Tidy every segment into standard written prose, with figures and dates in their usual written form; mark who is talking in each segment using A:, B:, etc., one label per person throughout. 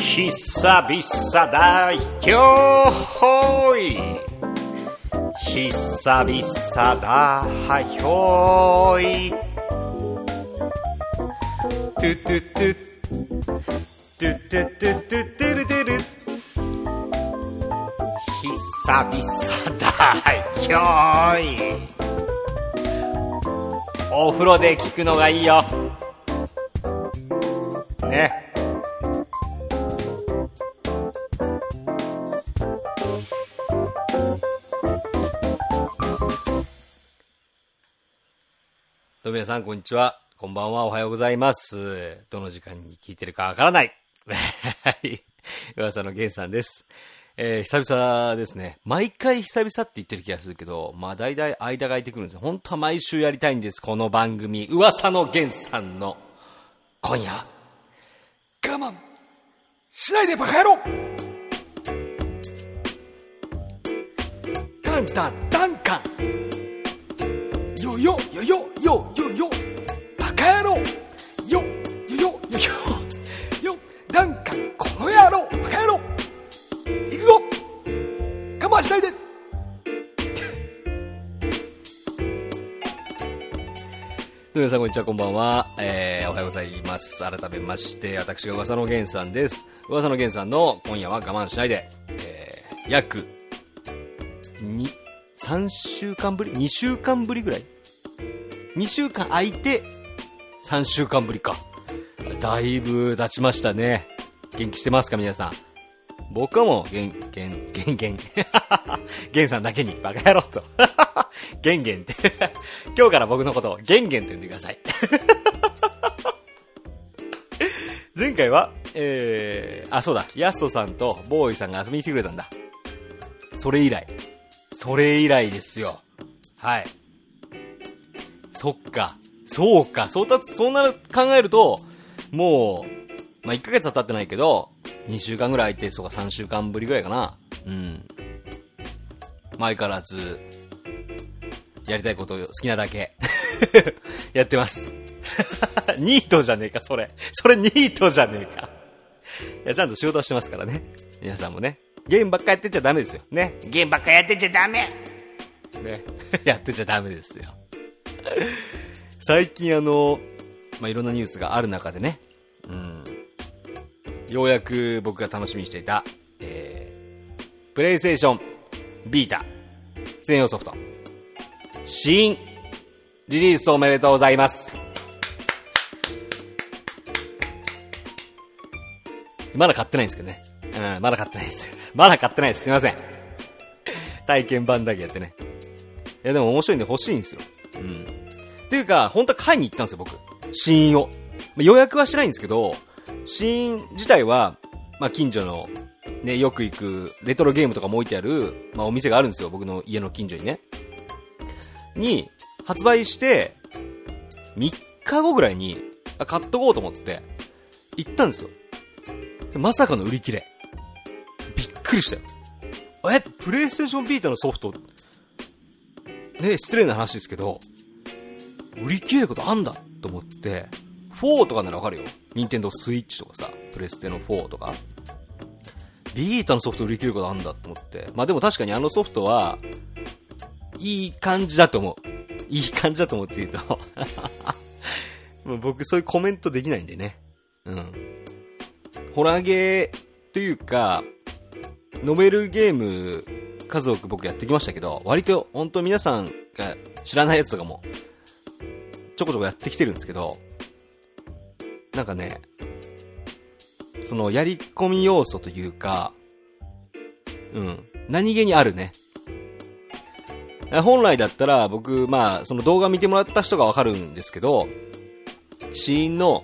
A: 久々だよほい、久々だよい、トゥトゥトゥトゥトゥトゥトゥトゥルトゥル、久々だよい。お風呂で聞くのがいいよね。どうも皆さんこんにちは、こんばんは、おはようございます。どの時間に聞いてるかわからない噂の源さんです。久々ですね。毎回久々って言ってる気がするけど、まあ大体間が空いてくるんですよ。本当は毎週やりたいんです。この番組、噂の源さんの今夜我慢しないでバカ野郎、タンタンタンカン、よよよよよよよバカ野郎、よよよよよよダンカンこの野郎バカ野郎、行くぞ我慢しないで皆さんこんにちは、こんばんは、おはようございます。改めまして私が噂の源さんです。噂の源さんの今夜は我慢しないで、約3週間ぶり2週間ぶりぐらい、2週間空いて3週間ぶりか。だいぶ経ちましたね。元気してますか皆さん。僕はもうゲンさんだけにバカ野郎とゲンって今日から僕のことをゲンと呼んでください前回はそうだ、ヤストさんとボーイさんが遊びに来てくれたんだ。それ以来ですよ。はい。そっか、そうか、そんなの考えるともう1ヶ月は経ってないけど2週間ぐらい空いて、そうか3週間ぶりぐらいかな。前からずやりたいことを好きなだけやってますニートじゃねえか、それニートじゃねえか。いや、ちゃんと仕事してますからね。皆さんもね、ゲームばっかやってちゃダメですよね。ゲームばっかやってちゃダメねやってちゃダメですよ最近いろんなニュースがある中でね、ようやく僕が楽しみにしていた、プレイステーションビータ専用ソフト新リリースおめでとうございます。まだ買ってないんですけどね。まだ買ってないです。すいません。体験版だけやってね。いやでも面白いんで欲しいんですよ。っていうか本当は買いに行ったんですよ、僕。新を。予約はしてないんですけど、新自体は近所のね、よく行くレトロゲームとかも置いてあるお店があるんですよ、僕の家の近所にね。に発売して3日後ぐらいに買っとこうと思って行ったんですよ。まさかの売り切れ。びっくりしたよ。プレイステーションビータのソフトね、失礼な話ですけど売り切れることあんだと思って、4とかならわかるよ。任天堂スイッチとかさ、プレステの4とか。ビータのソフト売り切れることあんだと思って。でも確かにあのソフトはいい感じだと思う。いい感じだと思うって言うともう僕そういうコメントできないんでね。ホラーゲーというかノベルゲーム数多く僕やってきましたけど、割と本当皆さんが知らないやつとかもちょこちょこやってきてるんですけど、なんかね、そのやり込み要素というか、何気にあるね。本来だったら僕その動画見てもらった人がわかるんですけど、死因の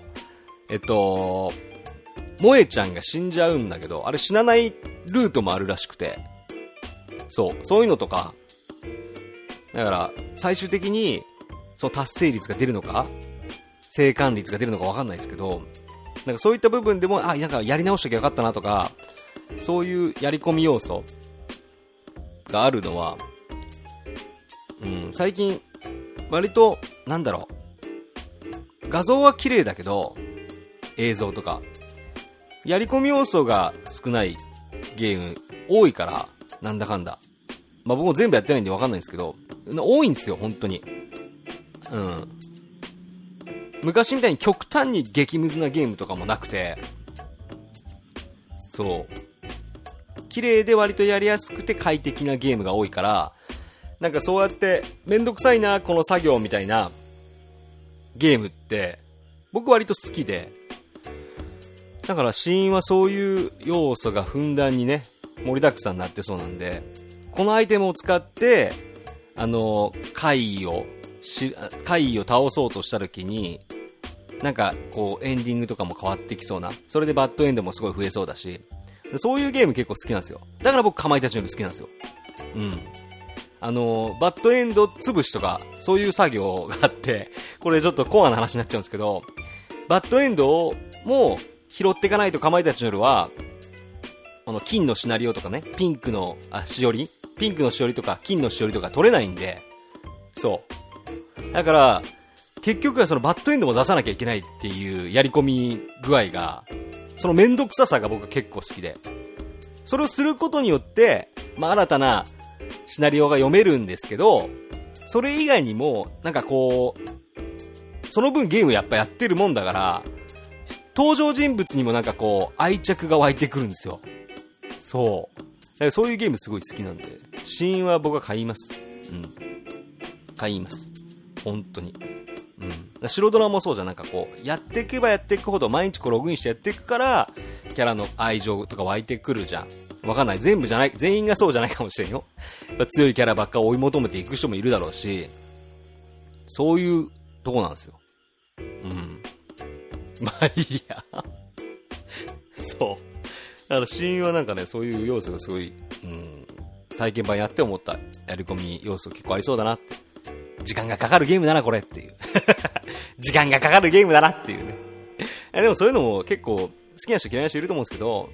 A: 萌えちゃんが死んじゃうんだけど、あれ死なないルートもあるらしくて、そういうのとかだから、最終的にその達成率が出るのか生還率が出るのかわかんないですけど、なんかそういった部分でもなんかやり直しときゃよかったなとか、そういうやり込み要素があるのは、最近割と画像は綺麗だけど、映像とかやり込み要素が少ないゲーム多いから、なんだかんだ。まあ僕も全部やってないんでわかんないんですけど、多いんですよ、本当に。うん。昔みたいに極端に激ムズなゲームとかもなくて、そう。綺麗で割とやりやすくて快適なゲームが多いから、なんかそうやってめんどくさいな、この作業みたいなゲームって、僕割と好きで、だからシーンはそういう要素がふんだんにね、盛りだくさんになってそうなんで、このアイテムを使って、怪異を倒そうとした時に、なんかこうエンディングとかも変わってきそうな、それでバッドエンドもすごい増えそうだし、そういうゲーム結構好きなんですよ。だから僕かまいたちのり好きなんですよ。うん。バッドエンド潰しとか、そういう作業があって、これちょっとコアな話になっちゃうんですけど、バッドエンドをもう拾っていかないとかまいたちのりは、金のシナリオとかね、ピンクのしおりとか金のしおりとか取れないんで、そう。だから、結局はそのバッドエンドも出さなきゃいけないっていうやり込み具合が、そのめんどくささが僕結構好きで、それをすることによって、まあ新たなシナリオが読めるんですけど、それ以外にも、なんかこう、その分ゲームやっぱやってるもんだから、登場人物にもなんかこう、愛着が湧いてくるんですよ。そう。だからそういうゲームすごい好きなんで、シーンは僕は買います。うん。買います。本当に。うん。白ドラもそうじゃん。なんかこう、やっていけばやっていくほど毎日こうログインしてやっていくから、キャラの愛情とか湧いてくるじゃん。わかんない。全部じゃない、全員がそうじゃないかもしれんよ。強いキャラばっか追い求めていく人もいるだろうし、そういうとこなんですよ。うん。まあいいや。そう。だからシーンはなんかね、そういう要素がすごい、体験版やって思ったやり込み要素結構ありそうだなって。時間がかかるゲームだなこれっていう。時間がかかるゲームだなっていうね。でもそういうのも結構好きな人嫌いな人いると思うんですけど、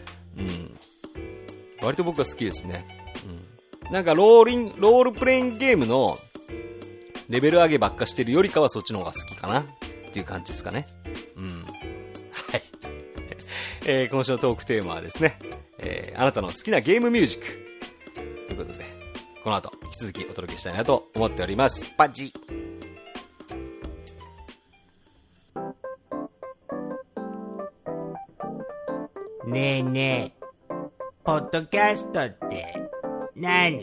A: 割と僕は好きですね。なんかロールプレインゲームのレベル上げばっかしてるよりかはそっちの方が好きかなっていう感じですかね。はい。今週のトークテーマはですね、あなたの好きなゲームミュージックということで、この後引き続きお届けしたいなと思っております。パチ。
B: ねえねえ、ポッドキャストって何？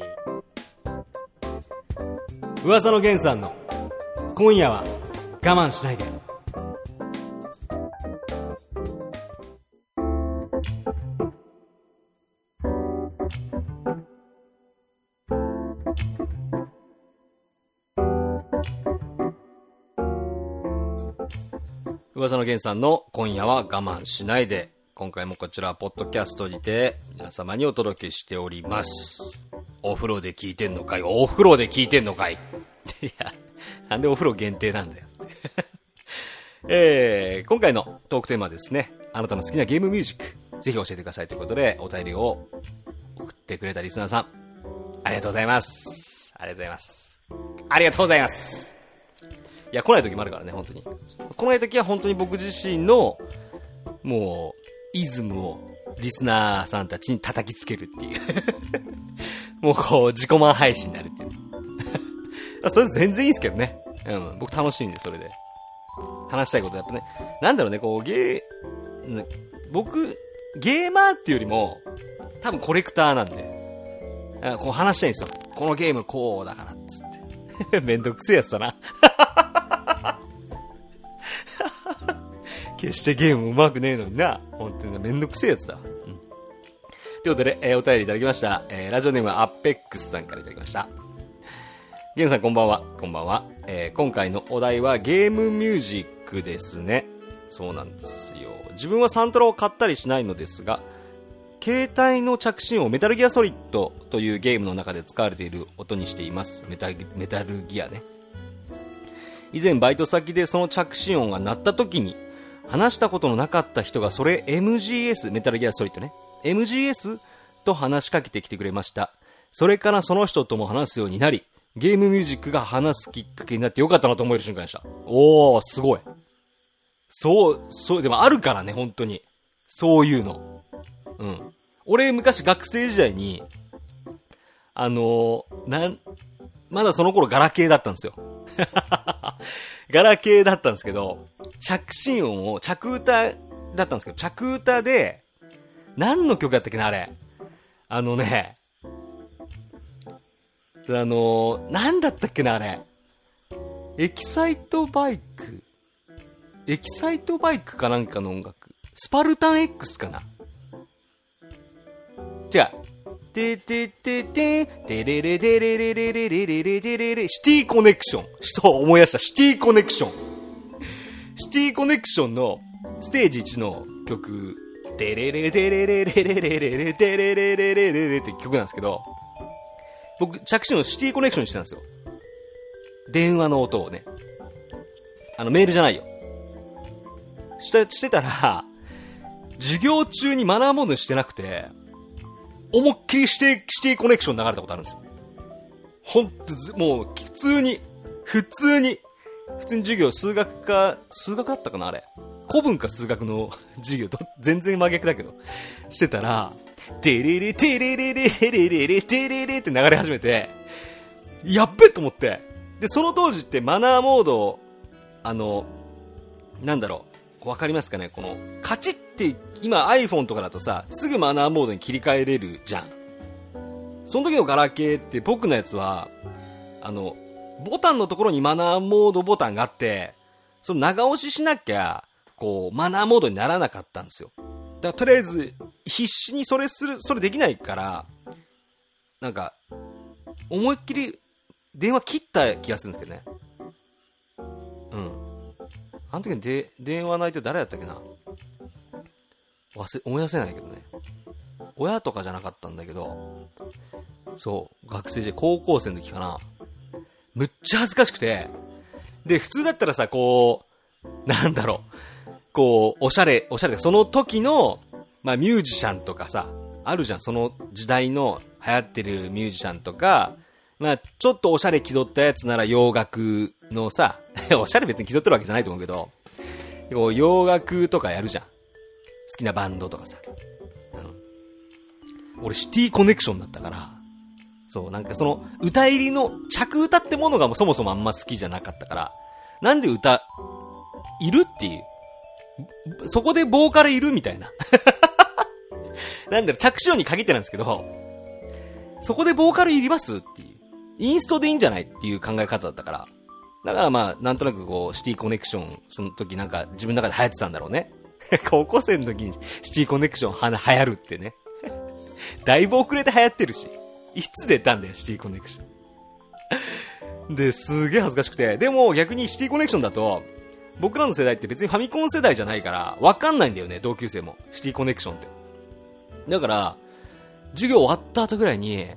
A: 噂の源さんの今夜は我慢しないで。噂の源さんの今夜は我慢しないで。今回もこちらポッドキャストにて皆様にお届けしております。お風呂で聞いてんのかい？お風呂で聞いてんのかい？いや、なんでお風呂限定なんだよ。今回のトークテーマはですね、あなたの好きなゲームミュージック、ぜひ教えてくださいということでお便りを送ってくれたリスナーさん、ありがとうございます。ありがとうございます。ありがとうございます。いや、来ない時もあるからね、本当に。来ない時は本当に僕自身のもうイズムをリスナーさんたちに叩きつけるっていうもうこう自己満配信になるっていうそれ全然いいですけどね。僕楽しいんで、それで話したいことやっぱね、なんだろうね、こう僕ゲーマーっていうよりも多分コレクターなんで、こう話したいんですよ。このゲームこうだからっつってめんどくせえやつだな決してゲーム上手くねえのにな。本当にめんどくせえやつだ。ということで、お便りいただきました。ラジオネームはアッペックスさんからいただきました。ゲンさんこんばんは。こんばんは。今回のお題はゲームミュージックですね。そうなんですよ。自分はサントラを買ったりしないのですが、携帯の着信音をメタルギアソリッドというゲームの中で使われている音にしています。メタルギアね。以前バイト先でその着信音が鳴った時に、話したことのなかった人がそれ MGS、メタルギアソリッドね、 MGS と話しかけてきてくれました。それからその人とも話すようになり、ゲームミュージックが話すきっかけになってよかったなと思える瞬間でした。おー、すごい。そうでもあるからね、本当にそういうの。うん。俺昔学生時代に、まだその頃ガラケーだったんですよ。ガラケーだったんですけど、着信音を、着歌だったんですけど、着歌で、何の曲だったっけな、あれ。なんだったっけな、あれ。エキサイトバイクかなんかの音楽。スパルタン X かな。違う。てててててれれれれれれれれれれれれれシティコネクション。そう、思い出した。シティコネクション。シティコネクションのステージ1の曲、てれれれれれれれれれれてれれれれれれって曲なんですけど、僕、着信音シティコネクションにしてたんですよ。電話の音をね。メールじゃないよ。してたら、授業中にマナーモードにしてなくて、思いっきりシティコネクション流れたことあるんですよ。ほんと、もう、普通に授業、数学だったかなあれ。古文か数学の授業と全然真逆だけど、してたら、テレレテレレレレレレテレレって流れ始めて、やっべと思って。で、その当時ってマナーモード、なんだろう、わかりますかね、この、カチッって今 iPhone とかだとさ、すぐマナーモードに切り替えれるじゃん。その時のガラケーって僕のやつは、ボタンのところにマナーモードボタンがあって、その長押ししなきゃ、こう、マナーモードにならなかったんですよ。だからとりあえず、必死にそれできないから、なんか、思いっきり電話切った気がするんですけどね。うん。あの時に電話の相手誰だったっけな、思い出せないけどね。親とかじゃなかったんだけど、そう、学生時代、高校生の時かな。むっちゃ恥ずかしくて、で、普通だったらさ、こう、なんだろう、こう、おしゃれ、その時の、まあ、ミュージシャンとかさ、あるじゃん、その時代の流行ってるミュージシャンとか、まあ、ちょっとおしゃれ気取ったやつなら洋楽のさ、おしゃれ別に気取ってるわけじゃないと思うけど、洋楽とかやるじゃん。好きなバンドとかさ。俺シティコネクションだったから、そう、なんかその、歌入りの、着歌ってものがそもそもあんま好きじゃなかったから、なんでいるっていう。そこでボーカルいるみたいな。なんだろ、着信音に限ってなんですけど、そこでボーカルいりますっていう。インストでいいんじゃないっていう考え方だったから。だからまあ、なんとなくこう、シティコネクション、その時なんか自分の中で流行ってたんだろうね。高校生の時にシティコネクション流行るってね。だいぶ遅れて流行ってるし。いつ出たんだよ、シティコネクション。で、すげえ恥ずかしくて。でも逆にシティコネクションだと、僕らの世代って別にファミコン世代じゃないから、わかんないんだよね、同級生も。シティコネクションって。だから、授業終わった後ぐらいに、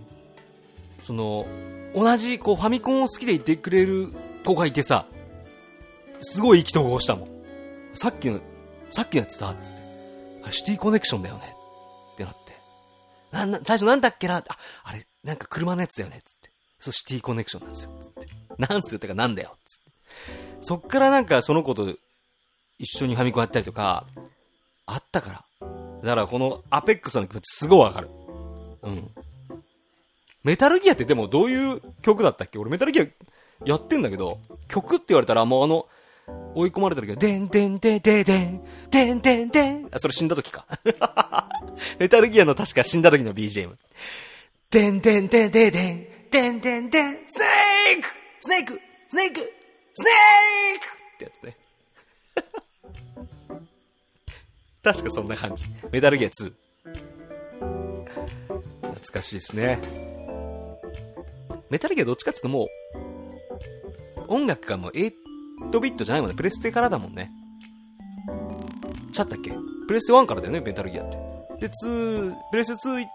A: 同じ、こう、ファミコンを好きでいてくれる子がいてさ、すごい意気投合したもん。さっきのやつだ、つって。あれ、シティコネクションだよね。ってなって。最初なんだっけな、あれ、なんか車のやつだよね、つって。そう、シティコネクションなんですよ、つって。なんすよ、てかなんだよ、つって。そっからなんかその子と一緒にファミコンやったりとか、あったから。だからこのアペックスの気持ちすごいわかる。うん。メタルギアってでもどういう曲だったっけ？俺メタルギアやってんだけど、曲って言われたらもう追い込まれた時は、でんでんでででん、でんでんでん。あ、それ死んだ時か。メタルギアの確か死んだ時の BGM。でんでんでででん、でんでんでん、スネークスネークスネークスネークってやつね。確かそんな感じ。メタルギア2。懐かしいですね。メタルギアどっちかっていうともう、音楽がもう8ビットじゃないもんね。プレステからだもんね。ちゃったっけ？プレステ1からだよね、メタルギアって。で、プレステ2行って、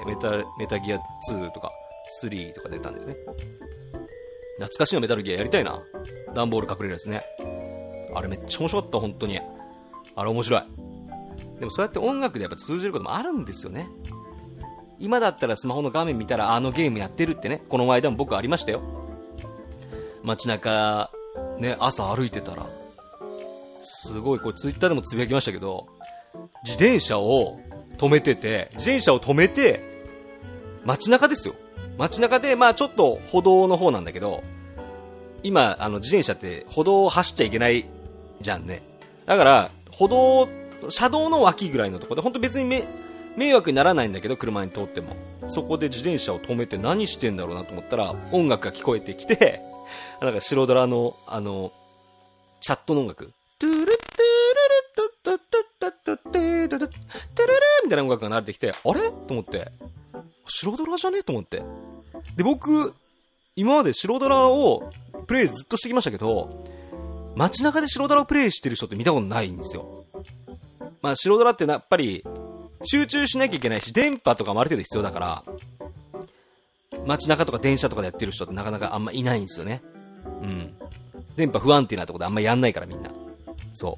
A: メタギア2とか、3とか出たんだよね。懐かしいのメタルギアやりたいな。段ボール隠れるやつね。あれめっちゃ面白かった、本当に。あれ面白い。でもそうやって音楽でやっぱ通じることもあるんですよね。今だったらスマホの画面見たらあのゲームやってるってね、この間も僕ありましたよ。街中、ね、朝歩いてたら、すごい、これツイッターでもつぶやきましたけど、 自転車を止めて、街中ですよ。街中で、まあちょっと歩道の方なんだけど、今、自転車って歩道を走っちゃいけないじゃんね。だから、車道の脇ぐらいのところで、ほんと別に迷惑にならないんだけど、車に通っても。そこで自転車を止めて何してんだろうなと思ったら、音楽が聞こえてきて、なんか白ドラの、チャットの音楽。トゥルットゥルルットットットットットットゥルルットゥルルみたいな音楽が流れてきて、あれと思って、白ドラじゃねと思って。で、僕、今まで白ドラをプレイずっとしてきましたけど、街中で白ドラをプレイしてる人って見たことないんですよ。まあ白ドラってやっぱり集中しなきゃいけないし、電波とかもある程度必要だから、街中とか電車とかでやってる人ってなかなかあんまいないんですよね。うん。電波不安定なとこであんまやんないからみんな。そう。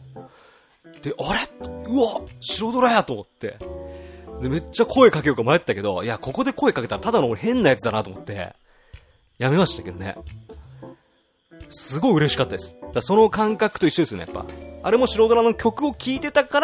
A: で、あれうわ白ドラやと思って。で、めっちゃ声かけようか迷ったけど、いや、ここで声かけたらただの俺変なやつだなと思って、やめましたけどね。すごい嬉しかったです。だからその感覚と一緒ですよね、やっぱ。あれも白ドラの曲を聴いてたから、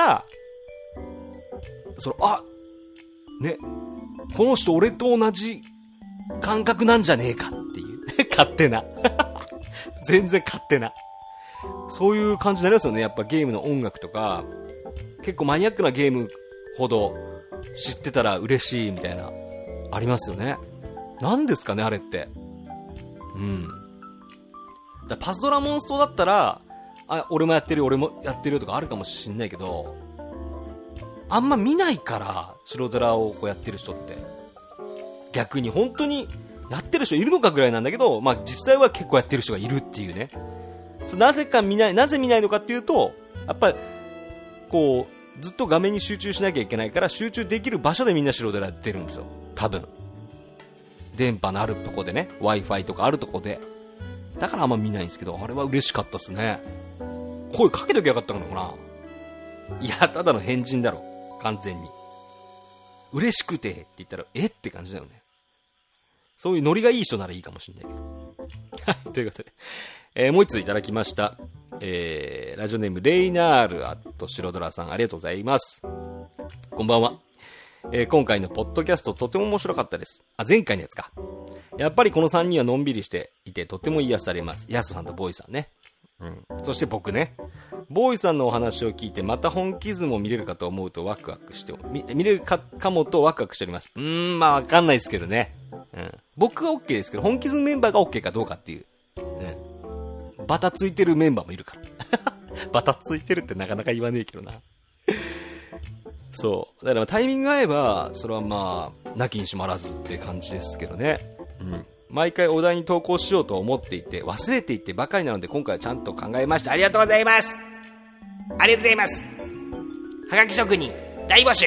A: ね、この人俺と同じ感覚なんじゃねえかっていう。勝手な。全然勝手な。そういう感じになりますよね、やっぱゲームの音楽とか、結構マニアックなゲームほど知ってたら嬉しいみたいな、ありますよね。なんですかね、あれって。うん。だパズドラモンストだったら、俺もやってるとかあるかもしんないけど、あんま見ないから白ドラをこうやってる人って、逆に本当にやってる人いるのかぐらいなんだけど、まあ実際は結構やってる人がいるっていうね。なぜ見ないのかっていうと、やっぱりこうずっと画面に集中しなきゃいけないから、集中できる場所でみんな白ドラやってるんですよ、多分。電波のあるとこでね、 Wi-Fi とかあるとこで。だからあんま見ないんですけど、あれは嬉しかったですね。声かけときゃよかったのかな。いや、ただの変人だろ、完全に。嬉しくてって言ったらえって感じだよね。そういうノリがいい人ならいいかもしれないけど。はい、ということで、もう一ついただきました。ラジオネームレイナールアット白ドラさん、ありがとうございます。こんばんは。今回のポッドキャストとても面白かったです。前回のやつか。やっぱりこの3人はのんびりしていてとても癒されます。ヤスさんとボーイさんね。うん。そして僕ね。ボーイさんのお話を聞いてまた本気ズも見れるかと思うとワクワクして、見れるかもとワクワクしております。まあわかんないですけどね。うん。僕は OK ですけど、本気ズメンバーが OK かどうかっていう。うん。バタついてるメンバーもいるから。バタついてるってなかなか言わねえけどな。そう。だからタイミングが合えば、それはまあ、なきにしもあらずって感じですけどね。うん。毎回お題に投稿しようと思っていて、忘れていてばかりなので、今回はちゃんと考えました。ありがとうございます。
B: ありがとうございます。はがき職人、大募集。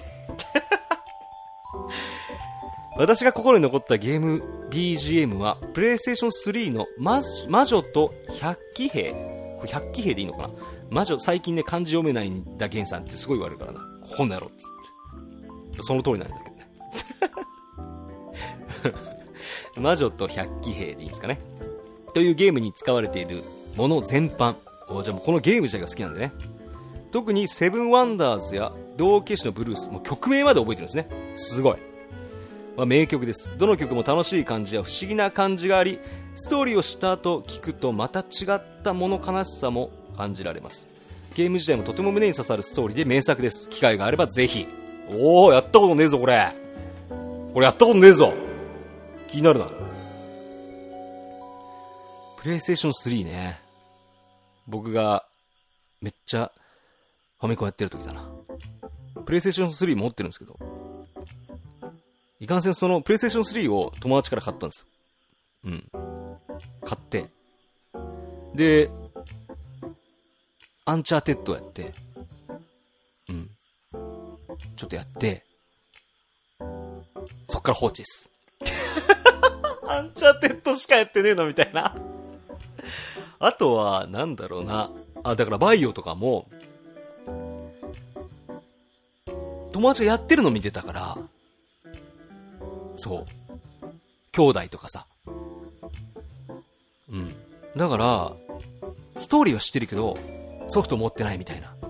A: 私が心に残ったゲーム BGM は、プレイステーション3の魔女と百鬼兵。これ百鬼兵でいいのかな。魔女、最近ね、漢字読めないんだ、ゲンさんってすごい言われるからな。こんなやろっつって。その通りなんだけどね。魔女と百鬼兵でいいんですかね。というゲームに使われているもの全般。じゃあもうこのゲーム自体が好きなんでね。特にセブンワンダーズや道化師のブルース、もう曲名まで覚えてるんですね。すごい。名曲です。どの曲も楽しい感じや不思議な感じがあり、ストーリーをした後聞くとまた違ったもの悲しさも感じられます。ゲーム自体もとても胸に刺さるストーリーで名作です。機会があればぜひ。おー、やったことねえぞこれやったことねえぞ。気になるな。プレイステーション3ね。僕がめっちゃファミコンやってる時だな。プレイステーション3持ってるんですけど、いかんせんそのプレイステーション3を友達から買ったんですよ。うん。買って。で、アンチャーテッドやって、うん。ちょっとやって、そっから放置です。アンチャーテッドしかやってねえのみたいな。あとは、なんだろうな。だからバイオとかも、友達がやってるの見てたから、そう。兄弟とかさ。うん。だから、ストーリーは知ってるけど、ソフト持ってないみたいな。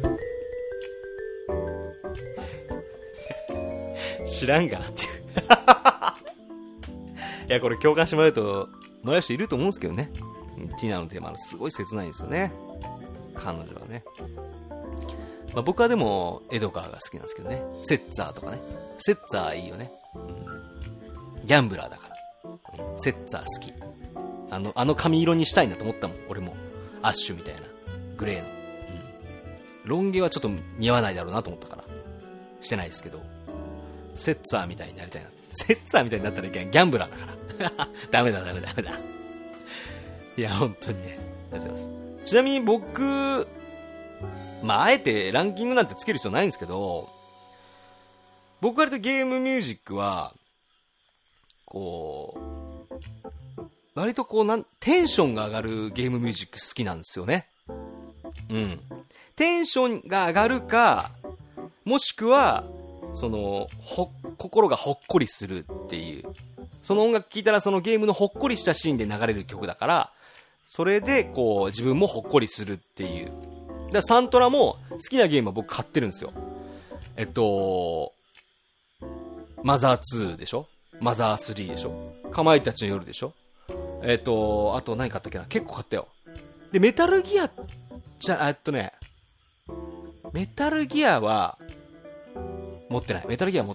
A: 知らんがなっていういや、これ共感してもらえる人いると思うんですけどね。ティナのテーマすごい切ないんですよね、彼女はね。まあ、僕はでもエドガーが好きなんですけどね。セッツァーとかね。セッツァーいいよね、ギャンブラーだから、セッツァー好き。あの髪色にしたいなと思ったもん、俺も。アッシュみたいなグレーの、ロン毛はちょっと似合わないだろうなと思ったからしてないですけど、セッツァーみたいになりたいな。セッツァーみたいになったらギャンブラーだからダメだ。いや本当にね、ありがとうございます。ちなみに僕、まああえてランキングなんてつける必要ないんですけど、僕割とゲームミュージックはこう割とこうテンションが上がるゲームミュージック好きなんですよね。テンションが上がるか、もしくは心がほっこりするっていう、その音楽聴いたらそのゲームのほっこりしたシーンで流れる曲だから、それでこう自分もほっこりするっていう。だからサントラも好きなゲームは僕買ってるんですよ。マザー2でしょ、マザー3でしょ、かまいたちの夜でしょ、あと何買ったっけな、結構買ったよ。でメタルギアメタルギアは持ってない。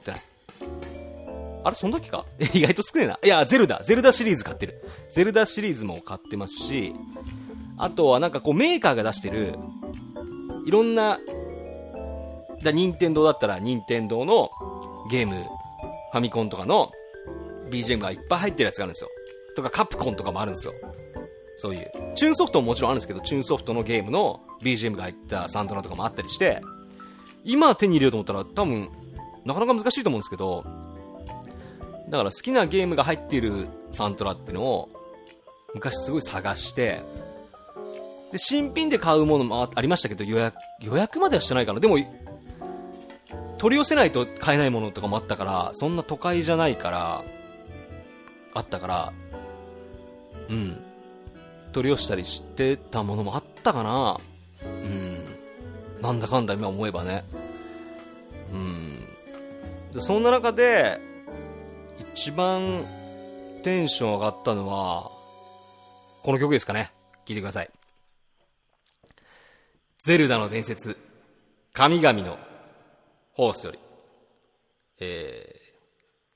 A: あれその時か意外と少ねえな。いや、ゼルダシリーズ買ってる。ゼルダシリーズも買ってますし、あとはなんかこうメーカーが出してるいろんな、任天堂だったら任天堂のゲーム、ファミコンとかの BGM がいっぱい入ってるやつがあるんですよ。とかカプコンとかもあるんですよ。そういうチューンソフトももちろんあるんですけど、チューンソフトのゲームの BGM が入ったサントラとかもあったりして、今手に入れようと思ったら多分なかなか難しいと思うんですけど、だから好きなゲームが入っているサントラっていうのを昔すごい探して、で新品で買うものもありましたけど、予約まではしてないかな。でも取り寄せないと買えないものとかもあったから、そんな都会じゃないからあったから、取り寄せたりしてたものもあったかな。なんだかんだ今思えばね。でそんな中で一番テンション上がったのはこの曲ですかね。聴いてください。ゼルダの伝説、神々のホースより、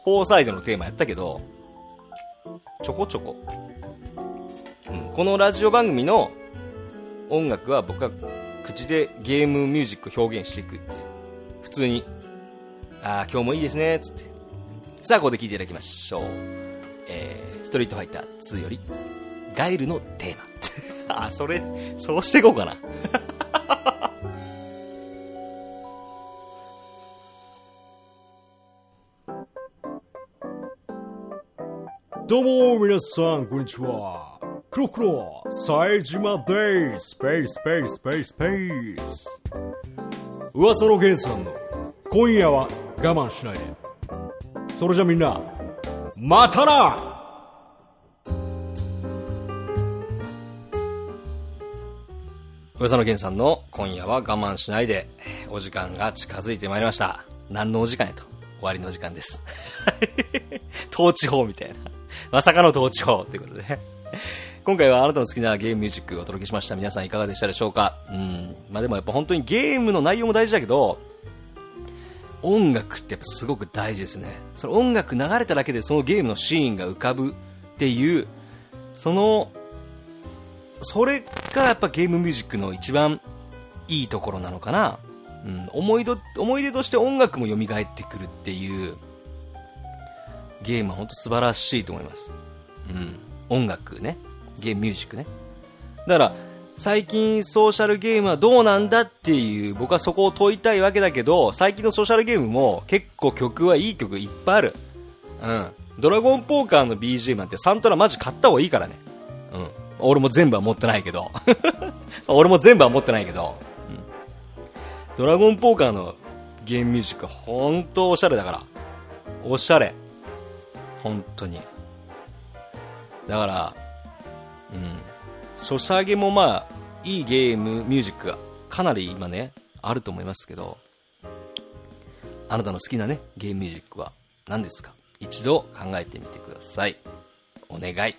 A: 4サイドのテーマやったけど、ちょこちょこ、このラジオ番組の音楽は僕は口でゲームミュージックを表現していくって、普通に今日もいいですねつって。さあここで聴いていただきましょう。ストリートファイター2よりガイルのテーマそうしていこうかな。
C: どうも皆さんこんにちは。クロクロ冴島です。スペーススペーススペーススペース。噂の源さんの今夜は我慢しないで。それじゃみんなまたな。
A: 噂の源さんの今夜は我慢しないで、お時間が近づいてまいりました。何のお時間やと、終わりの時間です。統治法みたいな、まさかの統治法ということでね、今回はあなたの好きなゲームミュージックをお届けしました。皆さんいかがでしたでしょうか。でもやっぱ本当にゲームの内容も大事だけど、音楽ってやっぱすごく大事ですね。その音楽流れただけでそのゲームのシーンが浮かぶっていう、それがやっぱゲームミュージックの一番いいところなのかな。思い出として音楽も蘇ってくるっていうゲームは本当素晴らしいと思います。音楽ね、ゲームミュージックね。だから最近ソーシャルゲームはどうなんだっていう、僕はそこを問いたいわけだけど、最近のソーシャルゲームも結構曲はいい曲いっぱいある。ドラゴンポーカーの BGM なんてサントラマジ買った方がいいからね。俺も全部は持ってないけどドラゴンポーカーのゲームミュージックは本当おしゃれだから、おしゃれ、本当に。だからソシャゲもまあいいゲームミュージックがかなり今ねあると思いますけど、あなたの好きなねゲームミュージックは何ですか。一度考えてみてください。お願い。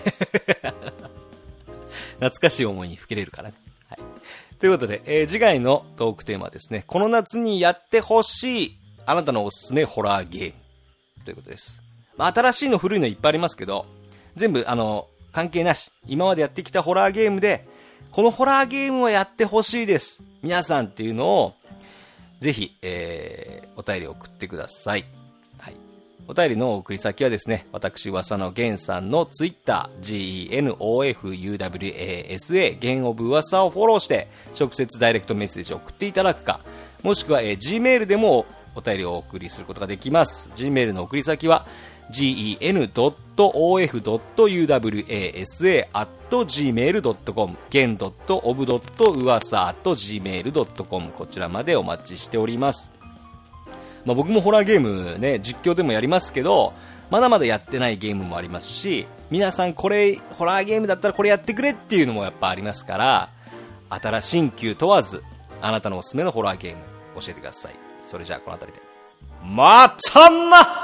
A: 懐かしい思いにふけれるからね。はい。ということで、次回のトークテーマはですね、この夏にやってほしいあなたのおすすめホラーゲームということです。新しいの古いのいっぱいありますけど、全部関係なし、今までやってきたホラーゲームでこのホラーゲームはやってほしいです皆さんっていうのをぜひ、お便り送ってください。はい。お便りの送り先はですね、私噂の源さんのツイッター GENOFUWASA 源オブ噂をフォローして直接ダイレクトメッセージを送っていただくか、もしくは、Gmail でもお便りをお送りすることができます。Gmail の送り先はgen.of.uwasa@gmail.com gen.of.uwasa@gmail.com こちらまでお待ちしております。僕もホラーゲームね、実況でもやりますけど、まだまだやってないゲームもありますし、皆さんこれホラーゲームだったらこれやってくれっていうのもやっぱありますから、新旧問わずあなたのおすすめのホラーゲーム教えてください。それじゃあこの辺りでまたな。